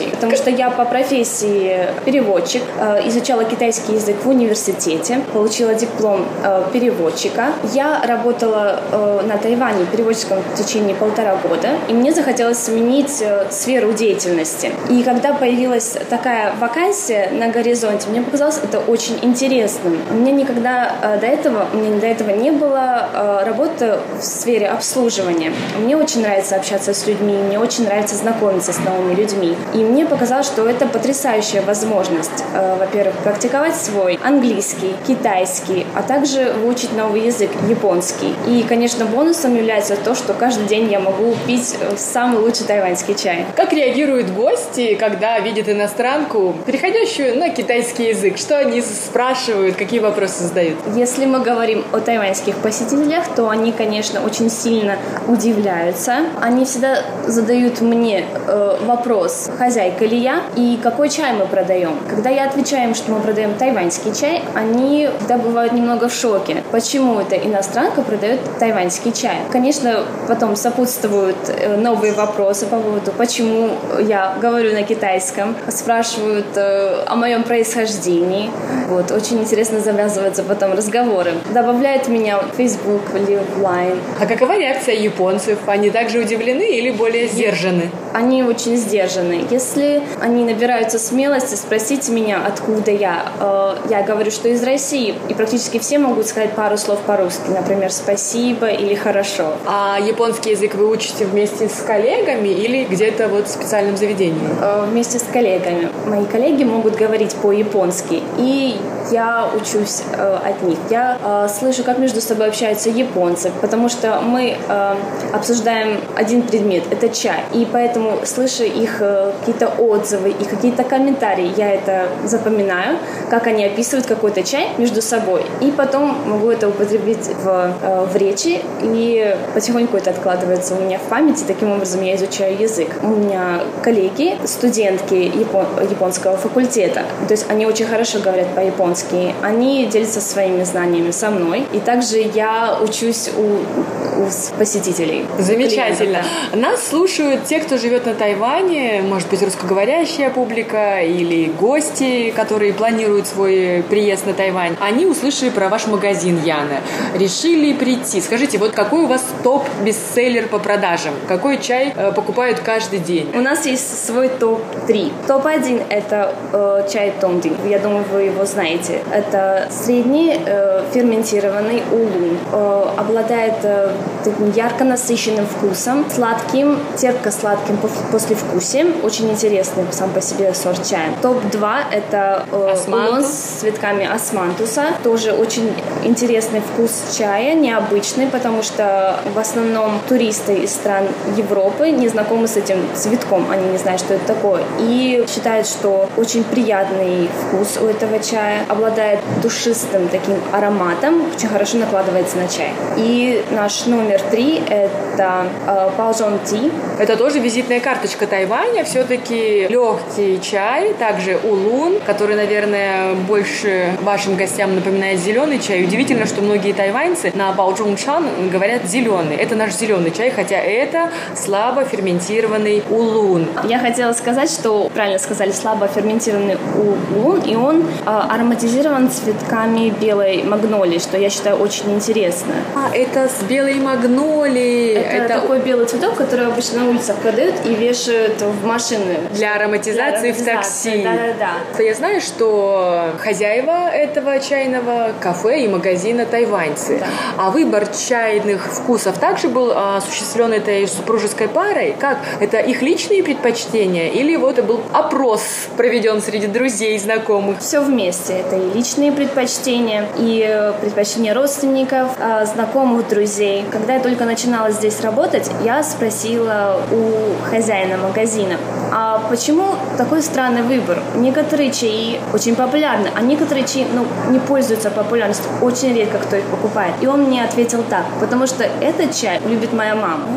что я по профессии переводчик, изучала китайский язык в университете, получила диплом переводчика. Я работала на Тайване переводчиком в течение полтора года, и мне захотелось сменить сферу деятельности. И когда появилась такая вакансия на горизонте, мне показалось это очень интересным. У меня никогда до этого, у меня до этого не было работы в сфере обслуживания. Мне очень нравится общаться с людьми, мне очень нравится знакомиться с новыми людьми. И мне показалось, что это потрясающая возможность, во-первых, практиковать свой английский, китайский, а также выучить новый язык, японский. И, конечно, бонусом является то, что каждый день я могу пить самый лучший тайваньский чай. Как реагируют гости, когда видят иностранку, переходящую на китайский язык? Что они спрашивают, какие вопросы задают? Если мы говорим о тайваньских посетителях, то они, конечно, очень сильно удивляются. Они всегда задают мне э, вопрос, хозяйка ли я и какой чай мы продаем. Когда я отвечаю им, что мы продаем тайваньский чай, они всегда бывают немного в шоке. Почему эта иностранка продает тайваньский чай? Конечно, потом сопутствуют новые вопросы по поводу, почему я говорю на китайском, спрашивают э, о моем происхождении. Вот, очень интересно завязываются потом разговоры. Добавляют меня в Facebook или в Line. А какова реакция японцев? Они также удивлены или более сдержаны? Они очень сдержаны. Если они набираются смелости спросить меня, откуда я, э, я говорю, что из России, и практически все могут сказать пару слов по-русски, например, спасибо или хорошо. А японский язык вы учите вместе с коллегами или где-то вот в специальном заведении? Э, вместе с коллегами. Мои коллеги могут говорить по-японски, и я учусь э, от них. Я э, слышу, как между собой общаются японцы, потому что мы э, обсуждаем один предмет, это чай, и поэтому, слыша их э, какие-то отзывы и какие-то комментарии, я это запоминаю, как они описывают какой-то чай между собой, и потом могу это употребить в, э, в речи, и потихоньку это откладывается у меня в памяти, таким образом я изучаю язык. У меня коллеги, студентки япон, японского факультета, то есть они очень хорошо говорят по-японски, они делятся своими знаниями со мной, и также я учусь у, у посетителей. Замечательно. Нас слушают те, кто живет на Тайване, может быть, русскоговорящая публика или гости, которые планируют свой приезд на Тайвань. Они услышали про ваш магазин, Яна, решили прийти. Скажите, вот какой у вас топ-бестселлер по продажам? Какой чай э, покупают каждый день? У нас есть свой топ три. топ один – это э, чай Тондин. Я думаю, вы его знаете. Это средний э, ферментированный улун. Э, обладает э, таким ярко насыщенным вкусом, сладким, терпко-сладким послевкусием. Очень интересный сам по себе сорт чая. топ два – это э, улун с цветками османтуса. Тоже очень интересный вкус чая, необычный, потому что в основном туристы из стран Европы не знакомы с этим цветком, они не знают, что это такое. И считают, что очень приятный вкус у этого чая, обладает душистым таким ароматом, очень хорошо накладывается на чай. И наш номер три – это э, Baozhong Tea. Это тоже визитная карточка Тайваня, все-таки легкий чай, также улун, который, наверное, больше вашим гостям напоминает зеленый чай. Удивительно, что многие тайваньцы на Баозhongчан говорят зеленый. Это наш зеленый чай, хотя это слабо ферментированный улун. Я хотела сказать, что правильно сказали, слабо ферментированный улун, и он э, ароматизирован цветками белой магнолии, что я считаю очень интересно. А, это с белой магнолией. Это, это такой белый цветок, который обычно на улицах продают и вешают в машины. Для ароматизации, для ароматизации в такси. Да-да-да. Я знаю, что хозяева этого чайного кафе и магазина тайваньцы. Да. А выбор чайных вкусов также был осуществлен этой супружеской парой? Как? Это их личные предпочтения или вот был опрос проведен среди друзей и знакомых? Все вместе. Это и личные предпочтения, и предпочтения родственников, знакомых, друзей. Когда я только начинала здесь работать, я спросила у хозяина магазина, а почему такой странный выбор? Некоторые чаи очень популярны, а некоторые чаи ну, не пользуются популярностью. Очень редко кто их покупает. И он мне ответил так, потому что этот чай любит моя мама. Вот,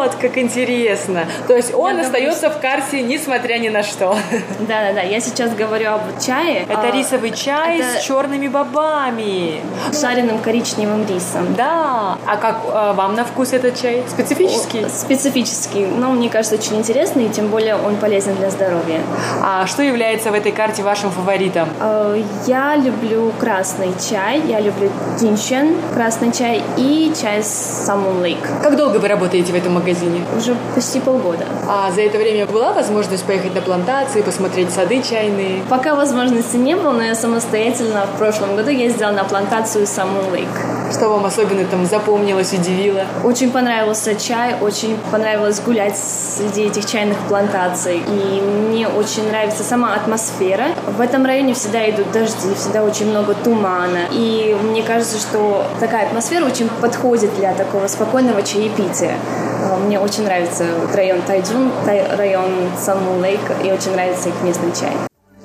Вот, как интересно. То есть он Я остается в карте, несмотря ни на что. Да-да-да, я сейчас говорю об чае. Это А, рисовый чай это с черными бобами. с жареным коричневым рисом. Да. А как а, вам на вкус этот чай? Специфический? О, Специфический, но мне кажется, очень интересный, и тем более он полезен для здоровья. А что является в этой карте вашим фаворитом? А, Я люблю красный чай, я люблю диншен, красный чай, и чай с Самун Лейк. Как долго вы работаете в этом магазине? Уже почти полгода. А за это время была возможность поехать на плантации, посмотреть сады чайные? Пока возможности не было, но я самостоятельно в прошлом году ездила на плантацию Самун Лейк. Что вам особенно там запомнилось, удивило? Очень понравился чай, очень понравилось гулять среди этих чайных плантаций. И мне очень нравится сама атмосфера. В этом районе всегда идут дожди, всегда очень много тумана. И мне кажется, что такая атмосфера очень подходит для такого спокойного чаепития. Мне очень нравится район Тайджун, район Самун Лейк, и очень нравится их местный чай.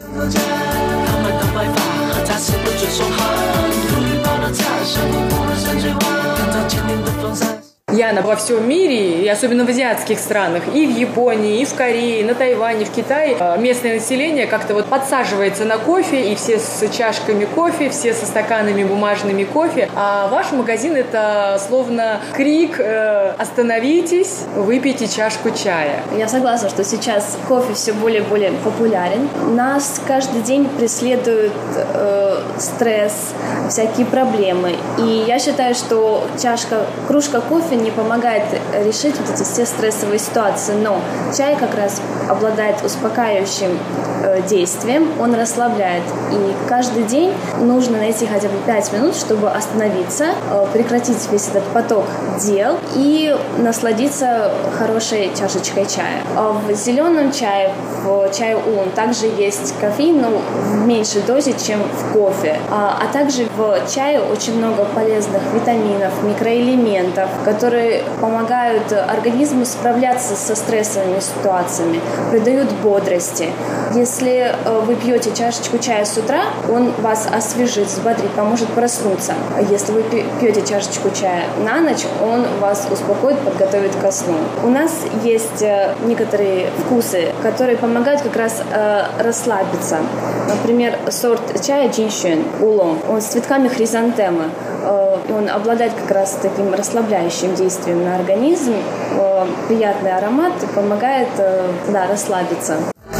Яна, во всем мире, и особенно в азиатских странах, и в Японии, и в Корее, и на Тайване, в Китае, местное население как-то вот подсаживается на кофе, и все с чашками кофе, все со стаканами бумажными кофе. А ваш магазин — это словно крик «Остановитесь, выпейте чашку чая». Я согласна, что сейчас кофе все более и более популярен. Нас каждый день преследует э, стресс, всякие проблемы. И я считаю, что чашка, кружка кофе не помогает решить вот эти все стрессовые ситуации, но чай как раз обладает успокаивающим э, действием, он расслабляет. И каждый день нужно найти хотя бы пять минут, чтобы остановиться, э, прекратить весь этот поток дел и насладиться хорошей чашечкой чая. А в зеленом чае, в чае улун также есть кофеин, но в меньшей дозе, чем в кофе. А, а также в чае очень много полезных витаминов, микроэлементов, которые помогают организму справляться со стрессовыми ситуациями, придают бодрости. Если вы пьете чашечку чая с утра, он вас освежит, взбодрит, поможет проснуться. А если вы пьете чашечку чая на ночь, он вас успокоит, подготовит ко сну. У нас есть некоторые вкусы, которые помогают как раз э, расслабиться. Например, сорт чая Джиншен улон, он с цветками хризантемы. Э, он обладает как раз таким расслабляющим действием на организм. Э, приятный аромат помогает э, да, расслабиться.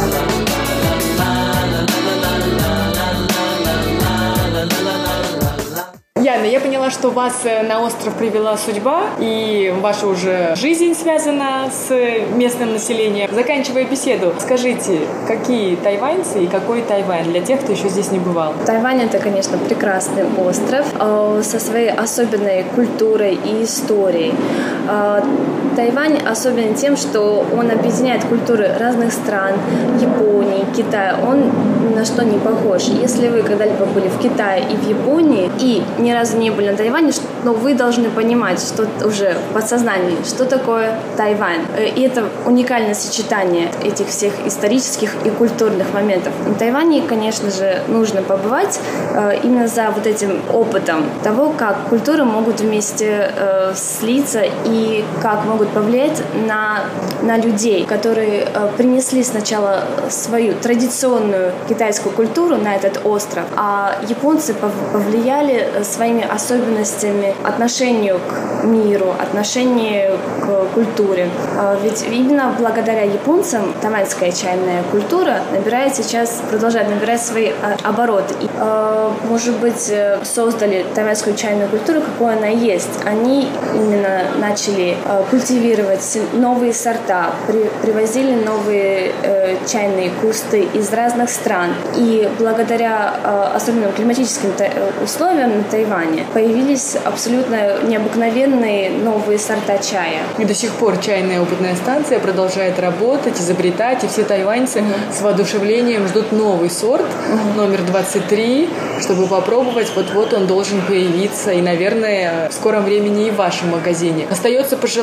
Яна, я поняла, что вас на остров привела судьба, и ваша уже жизнь связана с местным населением. Заканчивая беседу, скажите, какие тайваньцы и какой Тайвань для тех, кто еще здесь не бывал? Тайвань — это, конечно, прекрасный остров э, со своей особенной культурой и историей. Э, Тайвань особенен тем, что он объединяет культуры разных стран, Японии, Китая. Он ни на что не похож. Если вы когда-либо были в Китае и в Японии, и ни разу не были на Тайване, но вы должны понимать, что уже в подсознании, что такое Тайвань. И это уникальное сочетание этих всех исторических и культурных моментов. На Тайване, конечно же, нужно побывать именно за вот этим опытом того, как культуры могут вместе слиться и как могут повлиять на, на людей, которые принесли сначала свою традиционную китайскую культуру на этот остров, а японцы повлияли своими особенностями отношению к миру, отношению к культуре. Ведь именно благодаря японцам тайваньская чайная культура набирает сейчас, продолжает набирать свои обороты. И, может быть, создали тайваньскую чайную культуру, какой она есть. Они именно начали культивировать новые сорта, при, привозили новые э, чайные кусты из разных стран. И благодаря э, особенным климатическим та- условиям на Тайване появились абсолютно необыкновенные новые сорта чая. И до сих пор чайная опытная станция продолжает работать, изобретать, и все тайваньцы mm-hmm. с воодушевлением ждут новый сорт, mm-hmm. номер двадцать три, чтобы попробовать. Вот-вот он должен появиться, и, наверное, в скором времени и в вашем магазине. Остается пожелать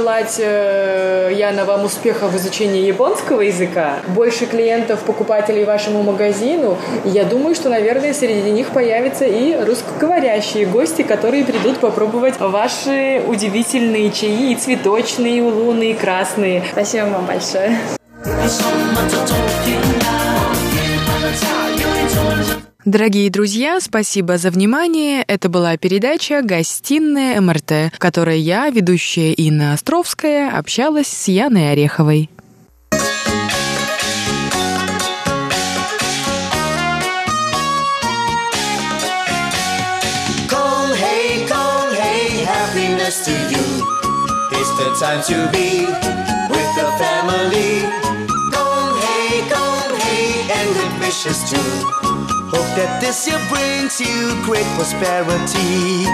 э, Яна, вам успехов в изучении японского языка, больше клиентов, покупателей вашему магазину. Я думаю, что, наверное, среди них появятся и русскоговорящие гости, которые придут попробовать ваши удивительные чаи, и цветочные, и лунные, и красные. Спасибо вам большое. Дорогие друзья, спасибо за внимание. Это была передача «Гостиная эм эр тэ», в которой я, ведущая Инна Островская, общалась с Яной Ореховой. To you, it's the time to be with the family. Gong hey, gong hey, and good wishes too. Hope that this year brings you great prosperity.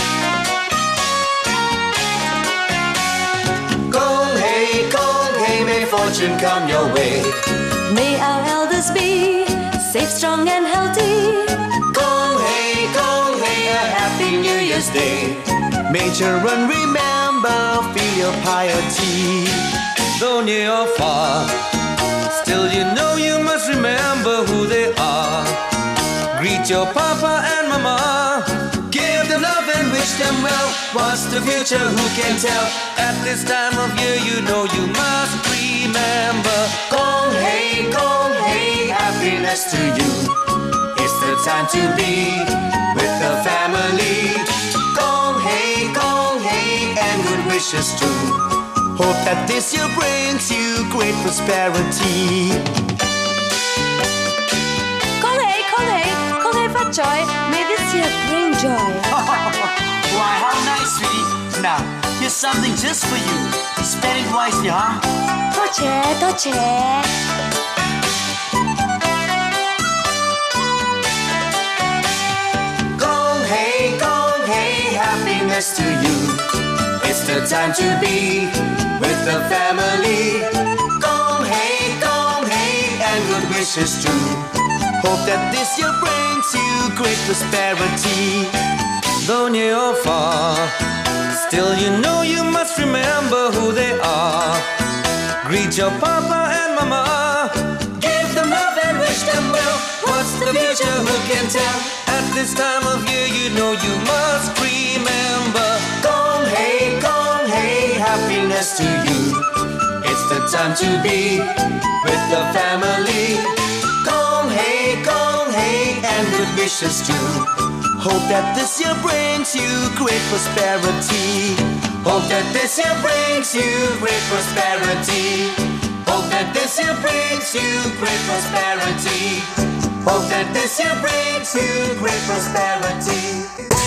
Gong hey, gong hey, may fortune come your way. May our elders be safe, strong and healthy. Gong hey, gong hey, a happy New Year's Day. May children remember, feel your piety. Though near or far, still you know you must remember who they are. Greet your papa and mama, give them love and wish them well. What's the future, who can tell? At this time of year you know you must remember. Gong hey, gong hey, happiness to you. It's the time to be with the family. Gong hey, gong hey, and good wishes too. Hope that this year brings you great prosperity. Gong hey, gong hey, gong hey for joy. May this year bring joy. Why, how nice, sweetie. Now, here's something just for you. Spend it wisely, huh? 多谢多谢 Gong hey, gong hey, happiness to you. It's the time to be with the family. Gong hey, gong hey, and good wishes too. Hope that this year brings you great prosperity. Though near or far, still you know you must remember who they are. Greet your papa and mama, give them love and wish them well. What's the future, who can tell? At this time of year you know you must remember. Gong hey, gong hey, happiness to you. It's the time to be with the family. Gong hey, gong hey, and good wishes too. Hope that this year brings you great prosperity. Hope that this year brings you great prosperity. Hope that this year brings you great prosperity. Hope that this year brings you great prosperity.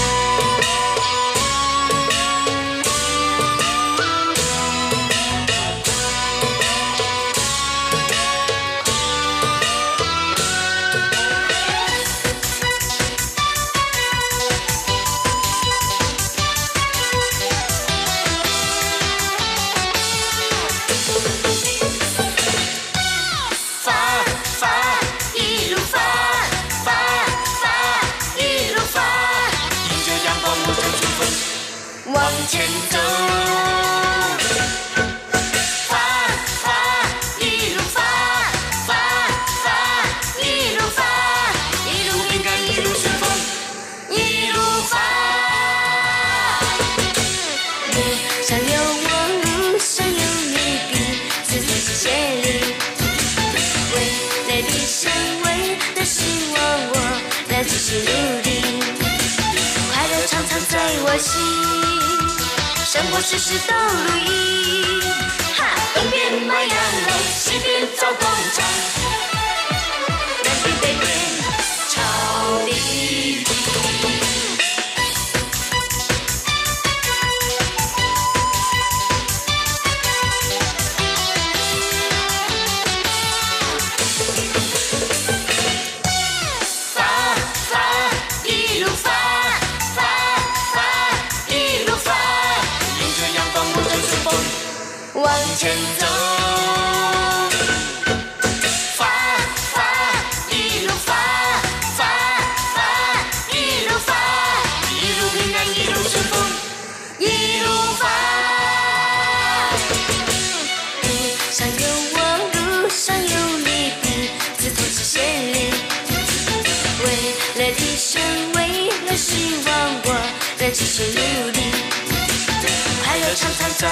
事事都如意，哈！东边卖羊肉，西边造工厂，南边北边超地。发发一路发。往前走，发发一路发，发发一路发，一路平安，一路顺风，一路发。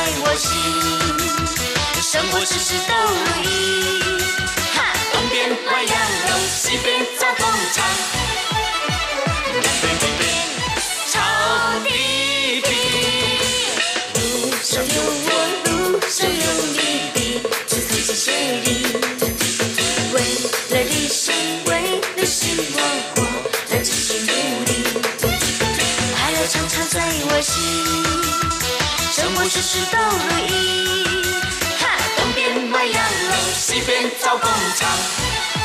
我心，生活事事都如意。哈，东边卖羊肉，西边造工厂，南边北边炒地皮。路上有我，路上有你的自自己写里。为了理想，为了希望，我要继续努力。快乐常常在我心，生活事事都如意。哈，东边卖羊肉，西边造工厂。